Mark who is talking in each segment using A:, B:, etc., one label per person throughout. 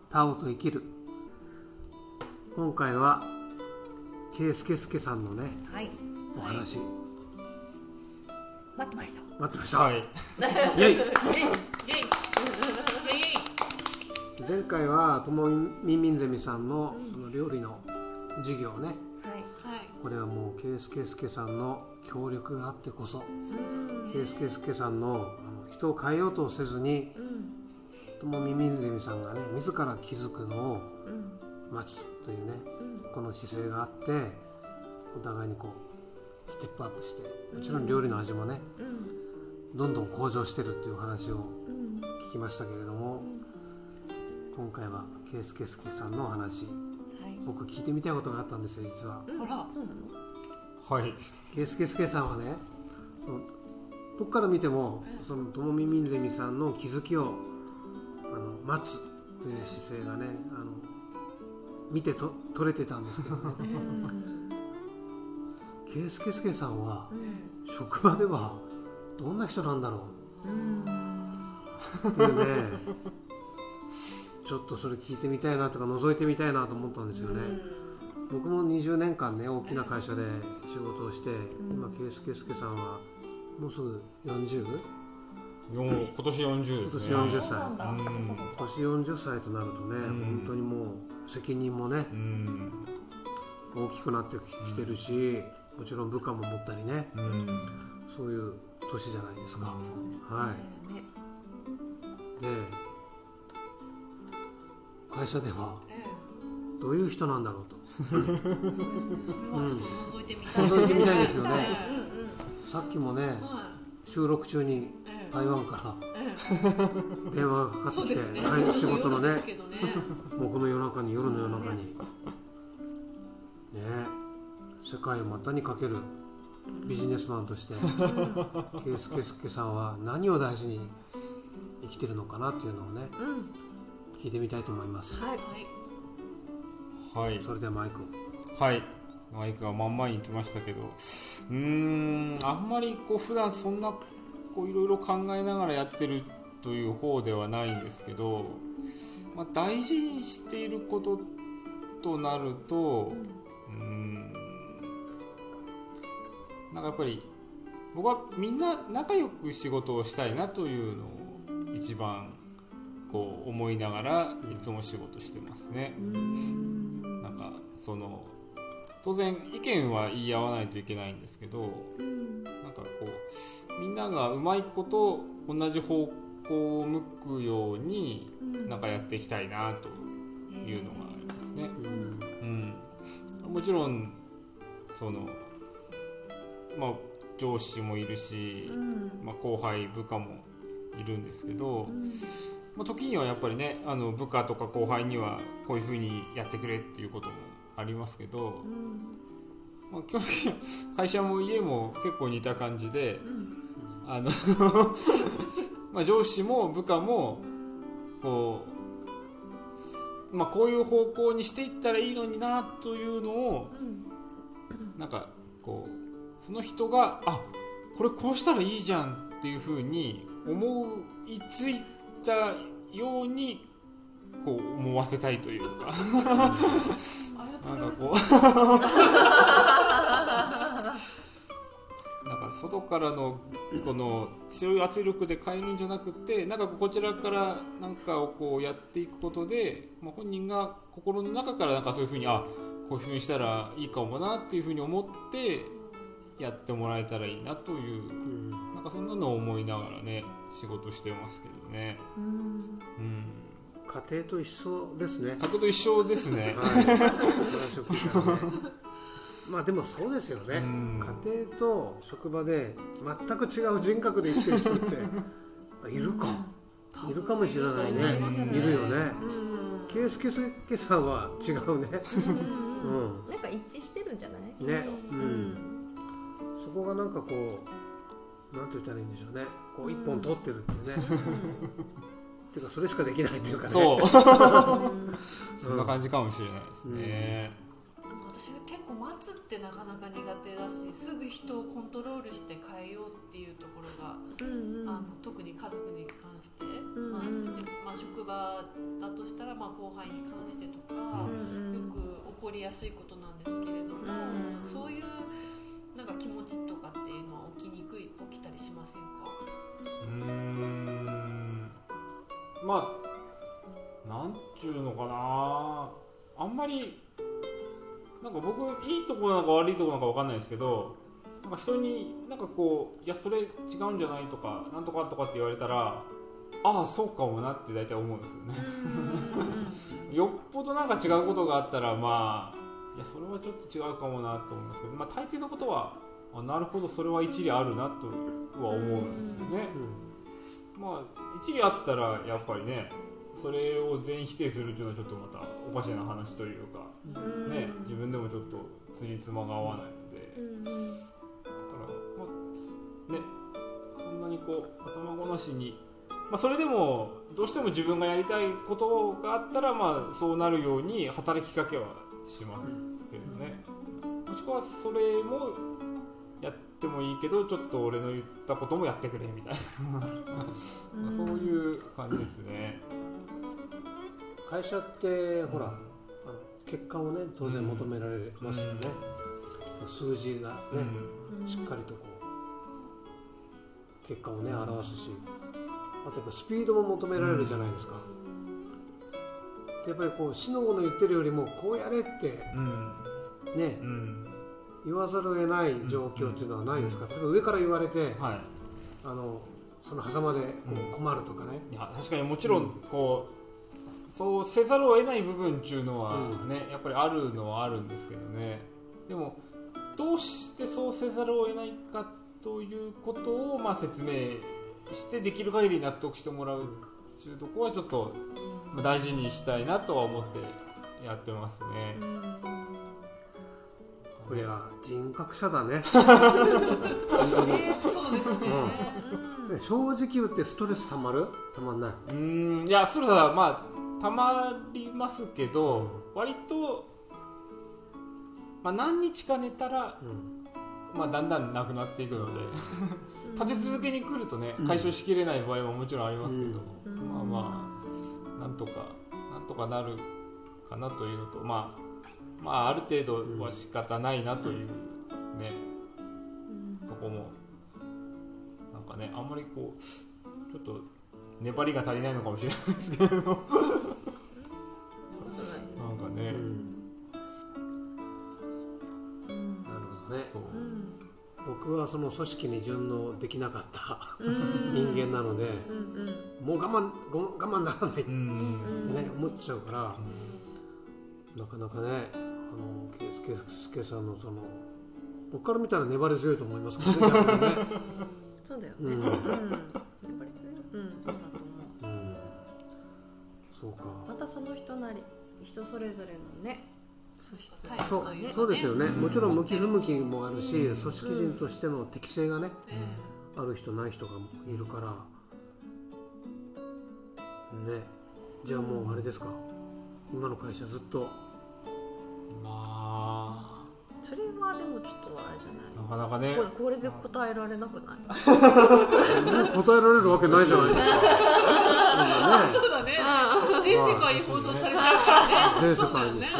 A: タオと生きる。今回は圭介さんのね、
B: はい、
A: お話、
B: 待ってました。
A: はい、イエイ前回はともみんみんゼミさんのその料理の授業ね、これはもう圭介さんの協力があってこそ、圭介さんの人を変えようとせずに、ともみみんゼミさんがね自ら気づくのを待つというね、この姿勢があってお互いにこうステップアップして、もちろん料理の味もね、どんどん向上してるっていう話を聞きましたけれども、今回は圭介さんのお話、僕聞いてみたいことがあったんですよ実は。
B: そうなの？
A: はい。圭介さんはね、どっから見てもそのともみみんゼミさんの気づきを待つという姿勢がね、見て取れてたんですけどね。圭介さんは、職場ではどんな人なんだろうっていうね、ちょっとそれ聞いてみたいなとか覗いてみたいなと思ったんですよね。僕も20年間ね大きな会社で仕事をして、今圭介さんはもうすぐ 40？
C: 今年40ですね。
A: 今年40歳。今年40歳となるとね、本当にもう責任もね、大きくなってきてるし、もちろん部下も持ったりね、そういう年じゃないですか。はい。で、会社ではどういう人なんだろうと。
D: それはちょっと覗いてみたい。
A: 覗いてみたいですよね。さっきもね、収録中に台湾から電話がかかってきて、仕事のね、もうこの夜の夜中にね、世界を股にかけるビジネスマンとして圭介さんは何を大事に生きてるのかなっていうのをね、聞いてみたいと思います。
C: はい。
A: それではマイク。
C: はい。マイクが真ん前に来ましたけど、あんまりこう普段そんなこういろいろ考えながらやってるという方ではないんですけど、大事にしていることとなると、なんかやっぱり僕はみんな仲良く仕事をしたいなというのを一番こう思いながらいつも仕事してますね。なんかその当然意見は言い合わないといけないんですけど、なんかこうみんながうまいこと同じ方向を向くようになんかやっていきたいなというのがありますね。もちろんその上司もいるし、後輩部下もいるんですけど、時にはやっぱりね、部下とか後輩にはこういう風にやってくれっていうこともありますけど、基本的に会社も家も結構似た感じで、上司も部下もこう、こういう方向にしていったらいいのになというのを、なんかこうその人がこれこうしたらいいじゃんっていう風に思いついたようにこう思わせたいというかなんかこうなんか外からのこの強い圧力で変えるんじゃなくて、なんかこちらからなんかをこうやっていくことで、本人が心の中からなんかそういう風にこういう風にしたらいいかもなっていう風に思ってやってもらえたらいいなという、なんかそんなのを思いながらね仕事してますけどね。
A: 家庭と一緒ですね。
C: 家庭と一緒ですね。
A: でもそうですよね。家庭と職場で全く違う人格で生きてる人っているかもしれないね。いるよね。圭介さんは違うね。
B: なんか一致してるんじゃない
A: ね。そこがなんかこうなんて言ったらいいんでしょうね。こう一本取ってるっていうね。っていうかそれしかできないっていうかね。
C: そう。そんな感じかもしれないですね。
D: 私結構待つってなかなか苦手だし、すぐ人をコントロールして変えようっていうところが、特に家族に関して、そして職場だとしたら後輩に関してとか、よく起こりやすいことなんですけれども、そういうなんか気持ちとかっていうのは起きたりしませんか？
C: なんちゅうのかな、あんまりなんか僕いいところなのか悪いところなのか分かんないですけど、なんか人になんかこういやそれ違うんじゃないとかなんとかとかって言われたら、ああそうかもなって大体思うんですよねよっぽどなんか違うことがあったらいやそれはちょっと違うかもなと思いますけど、大抵のことはなるほどそれは一理あるなとは思うんですよね。一理あったらやっぱりね、それを全否定するというのはちょっとまたおかしな話というか、自分でもちょっとつりつまが合わないので、だからそんなにこう頭ごなしに、それでもどうしても自分がやりたいことがあったらそうなるように働きかけはしますけどね。もしくはそれもやってもいいけどちょっと俺の言ったこともやってくれみたいなそういう感じですね。
A: 会社ってほら、結果をね当然求められますよね。数字がね、しっかりとこう結果をね表すし、あとやっぱスピードも求められるじゃないですか。やっぱりこうしのごの言ってるよりもこうやれってね、言わざるを得ない状況っていうのはないですか？例えば上から言われて、その狭間でこう困るとかね。
C: いや確かにもちろんこう、そうせざるを得ない部分っていうのはね、やっぱりあるのはあるんですけどね。でもどうしてそうせざるを得ないかということを説明してできる限り納得してもらうっていうところはちょっと大事にしたいなとは思ってやってますね。
A: これは人格者だね
D: 本当にそうですね。
A: 正直言ってストレスたまる？たまんない？
C: いやストレスはたまりますけど、割と、何日か寝たら、だんだんなくなっていくので立て続けに来るとね解消しきれない場合ももちろんありますけど、なんとかなるかなというのと、ある程度は仕方ないなというね、とこもなんかね、あんまりこうちょっと粘りが足りないのかもしれないですけどなんかね、
A: なるほどね。僕はその組織に順応できなかった人間なので、もう我慢ならないってね思っちゃうから、なかなかね圭介さんのその僕から見たら粘り強いと思いますけどね。
B: そうだよね。粘り強い。そうだと思う。
A: そうか。
B: またその人それぞれのね。
A: そうですよね。もちろん向き不向きもあるし、組織人としての適性がね、ある人ない人がいるからね。じゃあもうあれですか、今の会社ずっと
B: それはでもちょっとあれじゃない、
C: なかなかね
B: これで答えられなくない？
A: 答えられるわけないじゃないですか。
D: そうだね。全世界に放送されちゃうからね。
A: 全世界にそうです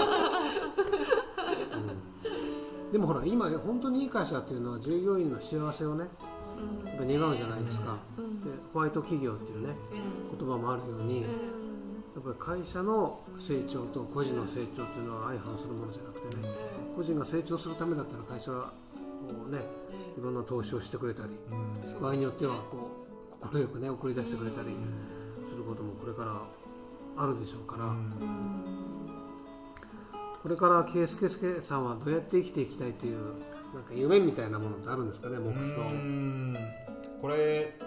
A: よ。でもほら今本当にいい会社っていうのは従業員の幸せをね願うじゃないですか。でホワイト企業っていうね言葉もあるように、やっぱり会社の成長と個人の成長っていうのは相反するものじゃなくてね、個人が成長するためだったら会社はこうねいろんな投資をしてくれたり、場合によってはこう快くね送り出してくれたりすることもこれからあるでしょうから、これから圭介さんはどうやって生きていきたいというなんか夢みたいなものってあるんですかね、目標。
C: これ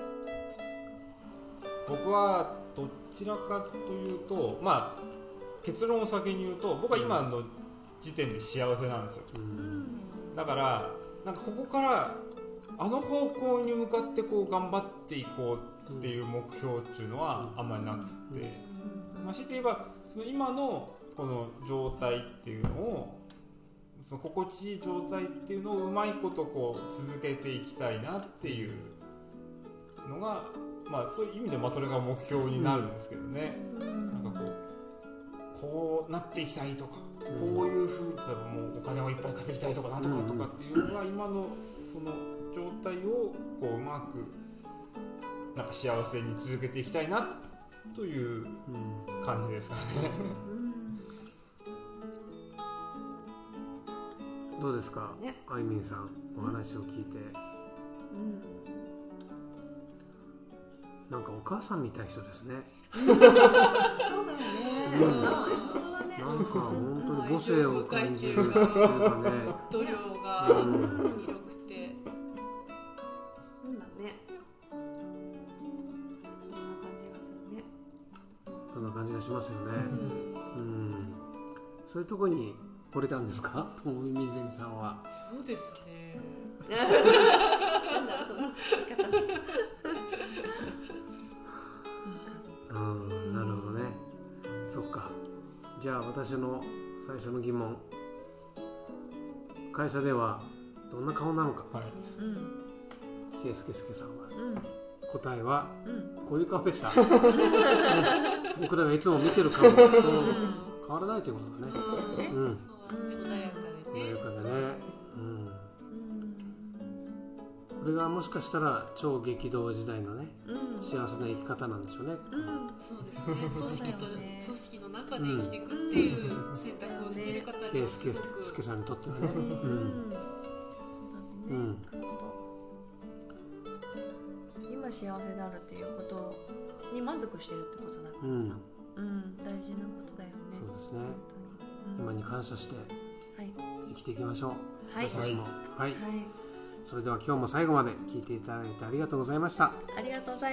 C: 僕はどちらかというと、結論を先に言うと僕は今の時点で幸せなんですよ。だからなんかここからあの方向に向かってこう頑張っていこうっていう目標っていうのはあんまりなくて、強いて言えばその今のこの状態っていうのをその心地いい状態っていうのをうまいことこう続けていきたいなっていうのが、まあ、そういう意味でそれが目標になるんですけどね、なんかこうなっていきたいとか、こういうふうにもうお金をいっぱい稼ぎたいとかなんとかとかっていうのが今のその状態をこううまくなんか幸せに続けていきたいなという感じですかね。
A: どうですか、あいみんさん、お話を聞いて、なんかお母さんみたいな人ですね。
B: そうだよね。
A: なんか本当に母性を感じるっていうかね、
D: 度量が広くて、
B: そうだね。そんな感じがするね。
A: そんな感じがしますよね。そういうところに惚れたんですか、ともみみずみさんは。
D: そうですね。
B: なんだその
A: なるほどね。そっか。じゃあ私の最初の疑問、会社ではどんな顔なのか、ケイスケスケさんは、答えは、こういう顔でした。僕らがいつも見てる顔と変わらないということだね。
D: 穏やかでね。
A: 穏やかでね。これがもしかしたら超激動時代のね、幸せな生き方なんでしょうね。
D: そうですね。組織の中で生きていくっていう選択をしている方にはすごく、
A: ケイスケさんにとってはね。
B: 今幸せであるっていうことに満足してるってことだからさ、大事なことだよね。
A: そうですね。今に感謝して生きていきましょう。私たちも。はい。それでは今日も最後まで聞いていただいてありがとうございました。
B: ありがとうございました。